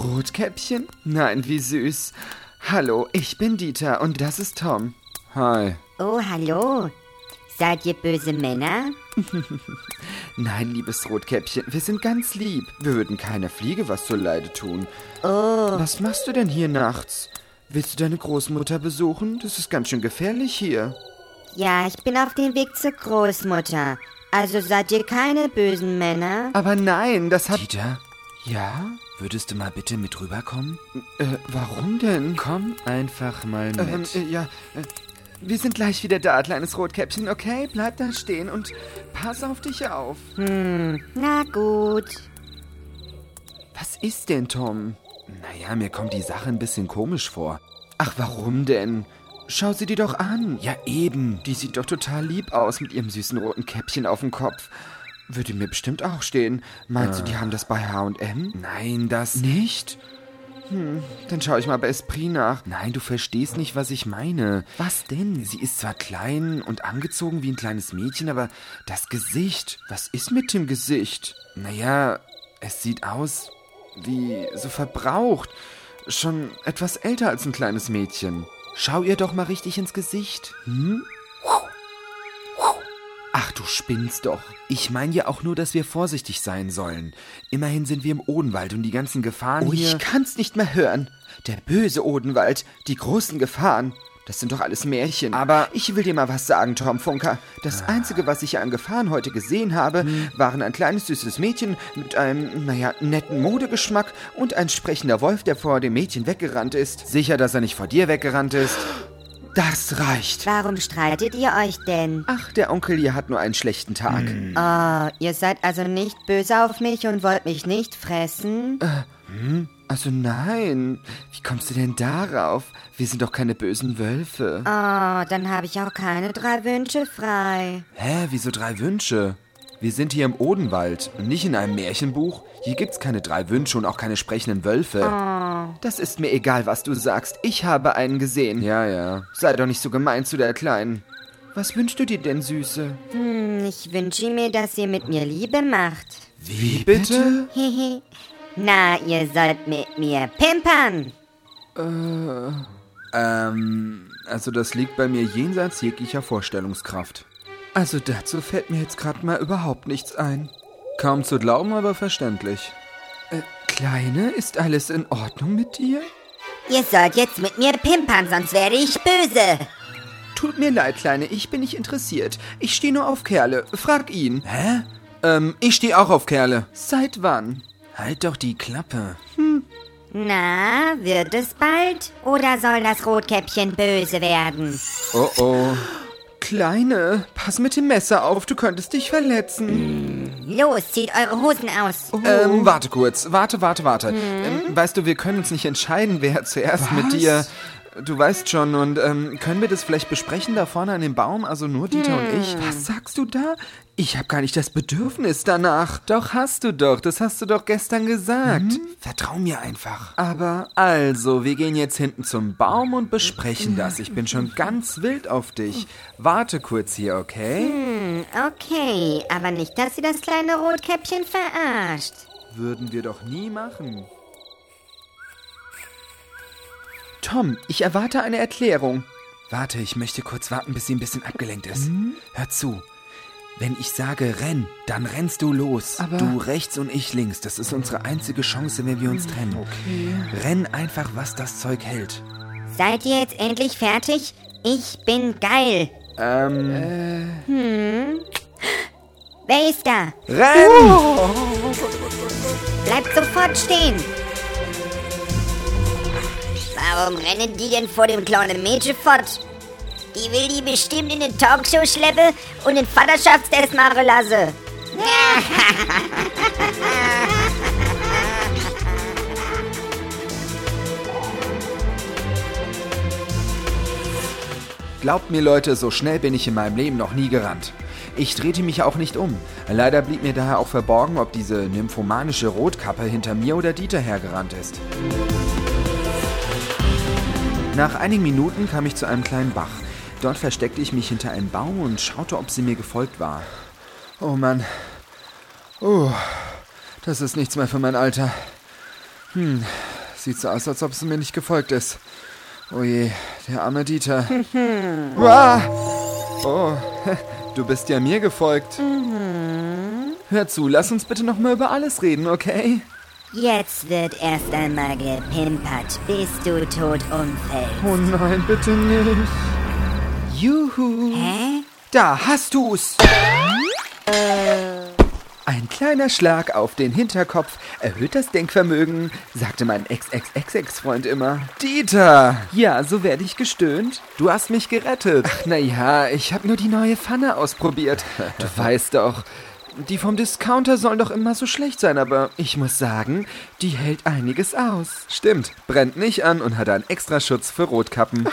Rotkäppchen? Nein, wie süß. Hallo, ich bin Dieter und das ist Tom. Hi. Oh, hallo. Seid ihr böse Männer? Nein, liebes Rotkäppchen, wir sind ganz lieb. Wir würden keiner Fliege was zuleide tun. Oh. Was machst du denn hier nachts? Willst du deine Großmutter besuchen? Das ist ganz schön gefährlich hier. Ja, ich bin auf dem Weg zur Großmutter. Also seid ihr keine bösen Männer? Aber nein, das hat... Dieter, Ja? würdest du mal bitte mit rüberkommen? Warum denn? Komm einfach mal mit. Wir sind gleich wieder da, kleines Rotkäppchen, okay? Bleib da stehen und pass auf dich auf. Na gut. Was ist denn, Tom? Naja, mir kommt die Sache ein bisschen komisch vor. Ach, warum denn? Schau sie dir doch an. Ja, eben. Die sieht doch total lieb aus mit ihrem süßen roten Käppchen auf dem Kopf. Würde mir bestimmt auch stehen. Meinst du, die haben das bei H&M? Nein, das... Nicht? Dann schaue ich mal bei Esprit nach. Nein, du verstehst nicht, was ich meine. Was denn? Sie ist zwar klein und angezogen wie ein kleines Mädchen, aber das Gesicht... Was ist mit dem Gesicht? Naja, es sieht aus wie so verbraucht. Schon etwas älter als ein kleines Mädchen. Schau ihr doch mal richtig ins Gesicht. Ach, du spinnst doch. Ich meine ja auch nur, dass wir vorsichtig sein sollen. Immerhin sind wir im Odenwald und die ganzen Gefahren Oh, hier... ich kann's nicht mehr hören. Der böse Odenwald, die großen Gefahren. Das sind doch alles Märchen. Aber- ich will dir mal was sagen, Tom Funker. Das Einzige, was ich an Gefahren heute gesehen habe, waren ein kleines süßes Mädchen mit einem, netten Modegeschmack und ein sprechender Wolf, der vor dem Mädchen weggerannt ist. Sicher, dass er nicht vor dir weggerannt ist? Das reicht. Warum streitet ihr euch denn? Ach, der Onkel hier hat nur einen schlechten Tag. Oh, ihr seid also nicht böse auf mich und wollt mich nicht fressen? Also nein. Wie kommst du denn darauf? Wir sind doch keine bösen Wölfe. Oh, dann habe ich auch keine 3 Wünsche frei. Hä, wieso 3 Wünsche? Wir sind hier im Odenwald und nicht in einem Märchenbuch. Hier gibt's keine 3 Wünsche und auch keine sprechenden Wölfe. Das ist mir egal, was du sagst. Ich habe einen gesehen. Ja. Sei doch nicht so gemein zu der Kleinen. Was wünschst du dir denn, Süße? Ich wünsche mir, dass ihr mit mir Liebe macht. Wie bitte? Na, ihr sollt mit mir pimpern. Also das liegt bei mir jenseits jeglicher Vorstellungskraft. Also dazu fällt mir jetzt gerade mal überhaupt nichts ein. Kaum zu glauben, aber verständlich. Kleine, ist alles in Ordnung mit dir? Ihr sollt jetzt mit mir pimpern, sonst werde ich böse. Tut mir leid, Kleine, ich bin nicht interessiert. Ich stehe nur auf Kerle. Frag ihn. Hä? Ich stehe auch auf Kerle. Seit wann? Halt doch die Klappe. Na, wird es bald? Oder soll das Rotkäppchen böse werden? Oh. Kleine, pass mit dem Messer auf, du könntest dich verletzen. Los, zieht eure Hosen aus. Warte kurz. Warte. Weißt du, wir können uns nicht entscheiden, wer zuerst mit dir... Du weißt schon, und können wir das vielleicht besprechen da vorne an dem Baum? Also nur Dieter und ich? Was sagst du da? Ich habe gar nicht das Bedürfnis danach. Doch, hast du doch. Das hast du doch gestern gesagt. Vertrau mir einfach. Aber Also, wir gehen jetzt hinten zum Baum und besprechen das. Ich bin schon ganz wild auf dich. Warte kurz hier, okay? Okay, aber nicht, dass ihr das kleine Rotkäppchen verarscht. Würden wir doch nie machen. Tom, ich erwarte eine Erklärung. Warte, ich möchte kurz warten, bis sie ein bisschen abgelenkt ist. Hör zu. Wenn ich sage renn, dann rennst du los. Aber- Du rechts und ich links. Das ist unsere einzige Chance, wenn wir uns trennen. Okay. Renn einfach, was das Zeug hält. Seid ihr jetzt endlich fertig? Ich bin geil. Wer ist da? Renn! Bleibt sofort stehen. Warum rennen die denn vor dem kleinen Mädchen fort? Die will die bestimmt in eine Talkshow schleppen und den Vaterschaftstest machen lassen. Glaubt mir, Leute, so schnell bin ich in meinem Leben noch nie gerannt. Ich drehte mich auch nicht um. Leider blieb mir daher auch verborgen, ob diese nymphomanische Rotkappe hinter mir oder Dieter hergerannt ist. Nach einigen Minuten kam ich zu einem kleinen Bach. Dort versteckte ich mich hinter einem Baum und schaute, ob sie mir gefolgt war. Oh Mann. Das ist nichts mehr für mein Alter. Sieht so aus, als ob sie mir nicht gefolgt ist. Oh je, der arme Dieter. Uah. Oh, du bist ja mir gefolgt. Hör zu, lass uns bitte noch mal über alles reden, okay? Jetzt wird erst einmal gepimpert, bis du tot umfällst. Oh nein, bitte nicht. Juhu. Hä? Da hast du's. Ein kleiner Schlag auf den Hinterkopf erhöht das Denkvermögen, sagte mein Ex-Ex-Ex-Ex-Freund immer. Dieter! Ja, so werde ich gestöhnt. Du hast mich gerettet. Ach, naja, ich habe nur die neue Pfanne ausprobiert. Du weißt doch, die vom Discounter sollen doch immer so schlecht sein, aber ich muss sagen, die hält einiges aus. Stimmt, brennt nicht an und hat einen Extraschutz für Rotkappen.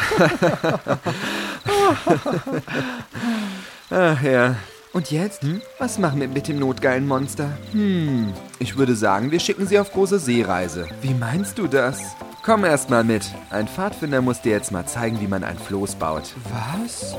Ach ja. Und jetzt? Was machen wir mit dem notgeilen Monster? Ich würde sagen, wir schicken sie auf große Seereise. Wie meinst du das? Komm erst mal mit. Ein Pfadfinder muss dir jetzt mal zeigen, wie man ein Floß baut. Was?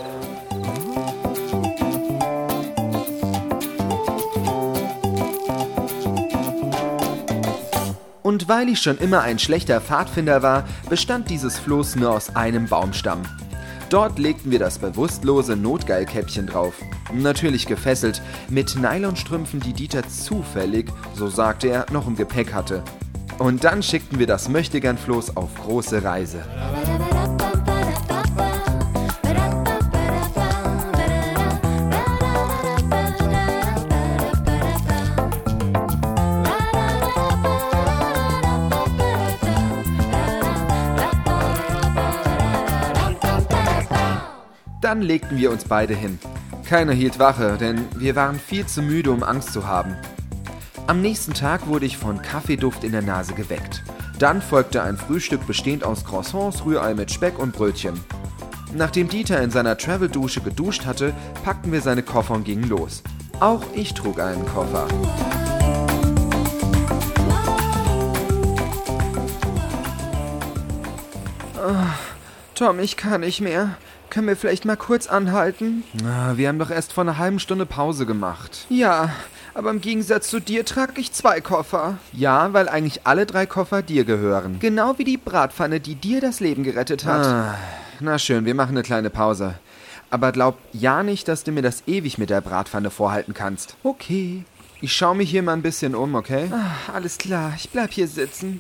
Und weil ich schon immer ein schlechter Pfadfinder war, bestand dieses Floß nur aus einem Baumstamm. Dort legten wir das bewusstlose Notgeilkäppchen drauf. Natürlich gefesselt, mit Nylonstrümpfen, die Dieter zufällig, so sagte er, noch im Gepäck hatte. Und dann schickten wir das Möchtegern-Floß auf große Reise. Dann legten wir uns beide hin. Keiner hielt Wache, denn wir waren viel zu müde, um Angst zu haben. Am nächsten Tag wurde ich von Kaffeeduft in der Nase geweckt. Dann folgte ein Frühstück bestehend aus Croissants, Rührei mit Speck und Brötchen. Nachdem Dieter in seiner Travel-Dusche geduscht hatte, packten wir seine Koffer und gingen los. Auch ich trug einen Koffer. Tom, ich kann nicht mehr. Können wir vielleicht mal kurz anhalten? Wir haben doch erst vor einer halben Stunde Pause gemacht. Ja, aber im Gegensatz zu dir trage ich 2 Koffer. Ja, weil eigentlich alle 3 Koffer dir gehören. Genau wie die Bratpfanne, die dir das Leben gerettet hat. Na schön, wir machen eine kleine Pause. Aber glaub ja nicht, dass du mir das ewig mit der Bratpfanne vorhalten kannst. Okay. Ich schaue mich hier mal ein bisschen um, okay? Alles klar, ich bleib hier sitzen.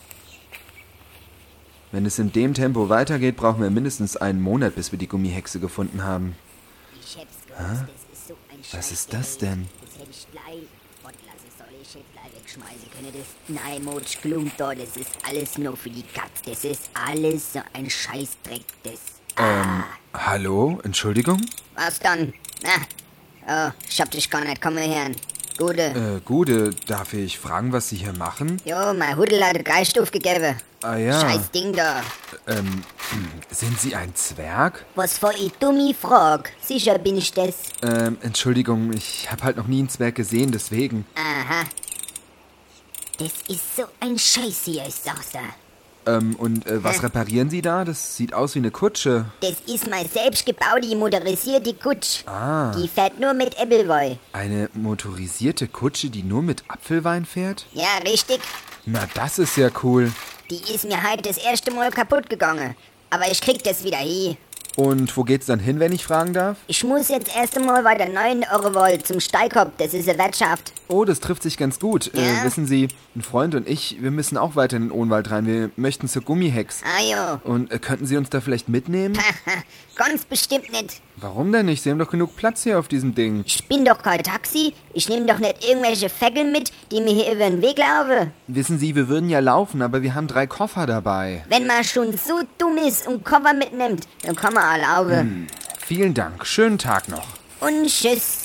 Wenn es in dem Tempo weitergeht, brauchen wir mindestens einen Monat, bis wir die Gummihexe gefunden haben. Ich hab's gewusst, das ist so ein Was ist das denn? Das hätte ich gleich fortlassen sollen. Ich hätte gleich wegschmeißen können. Das Nein, Mutsch, Klump dort, das ist alles nur für die Katz. Das ist alles so ein Scheißdreck. Hallo? Entschuldigung? Was dann? Na? Oh, ich hab dich gar nicht kommen hören. Gute. Gude, darf ich fragen, was Sie hier machen? Jo, mein Hudel hat den Geist aufgegeben. Ah ja. Scheiß Ding da. Sind Sie ein Zwerg? Was für eine dumme Frage. Sicher bin ich das. Entschuldigung, ich habe halt noch nie einen Zwerg gesehen, deswegen. Aha. Das ist so ein Scheiß hier, ich sag's da. Was reparieren Sie da? Das sieht aus wie eine Kutsche. Das ist meine selbstgebaute motorisierte Kutsch. Die fährt nur mit Appleboy. Eine motorisierte Kutsche, die nur mit Apfelwein fährt? Ja, richtig. Na, das ist ja cool. Die ist mir halt das erste Mal kaputt gegangen. Aber ich krieg das wieder hin. Und wo geht's dann hin, wenn ich fragen darf? Ich muss jetzt erst einmal weiter 9 Euro zum Steikop. Das ist eine Wirtschaft. Oh, das trifft sich ganz gut. Ja? Wissen Sie, ein Freund und ich, wir müssen auch weiter in den Ohnwald rein. Wir möchten zur Gummihex. Ah jo. Und könnten Sie uns da vielleicht mitnehmen? Ganz bestimmt nicht. Warum denn nicht? Sie haben doch genug Platz hier auf diesem Ding. Ich bin doch kein Taxi. Ich nehme doch nicht irgendwelche Feckeln mit, die mir hier über den Weg laufen. Wissen Sie, wir würden ja laufen, aber wir haben 3 Koffer dabei. Wenn man schon so dumm ist und Koffer mitnimmt, dann kann man erlauben. Vielen Dank. Schönen Tag noch. Und tschüss.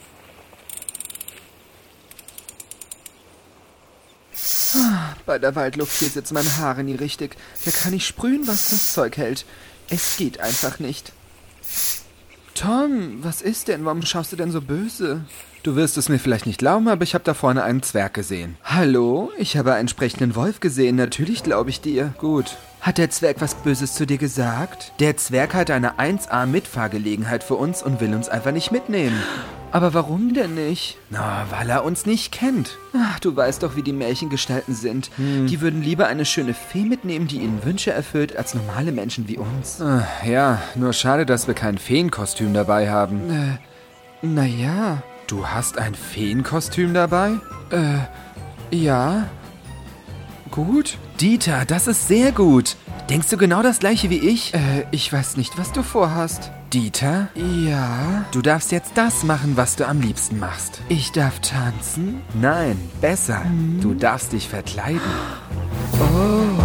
Bei der Waldluft hier sitzen meine Haare nie richtig. Da kann ich sprühen, was das Zeug hält. Es geht einfach nicht. Tom, was ist denn? Warum schaust du denn so böse? Du wirst es mir vielleicht nicht glauben, aber ich habe da vorne einen Zwerg gesehen. Hallo? Ich habe einen sprechenden Wolf gesehen. Natürlich glaube ich dir. Gut. Hat der Zwerg was Böses zu dir gesagt? Der Zwerg hat eine 1A-Mitfahrgelegenheit für uns und will uns einfach nicht mitnehmen. Aber warum denn nicht? Na, weil er uns nicht kennt. Ach, du weißt doch, wie die Märchengestalten sind. Die würden lieber eine schöne Fee mitnehmen, die ihnen Wünsche erfüllt, als normale Menschen wie uns. Ja, nur schade, dass wir kein Feenkostüm dabei haben. Naja. Du hast ein Feenkostüm dabei? Ja. Gut. Dieter, das ist sehr gut. Denkst du genau das gleiche wie ich? Ich weiß nicht, was du vorhast. Dieter? Ja? Du darfst jetzt das machen, was du am liebsten machst. Ich darf tanzen? Nein, besser. Du darfst dich verkleiden. Oh.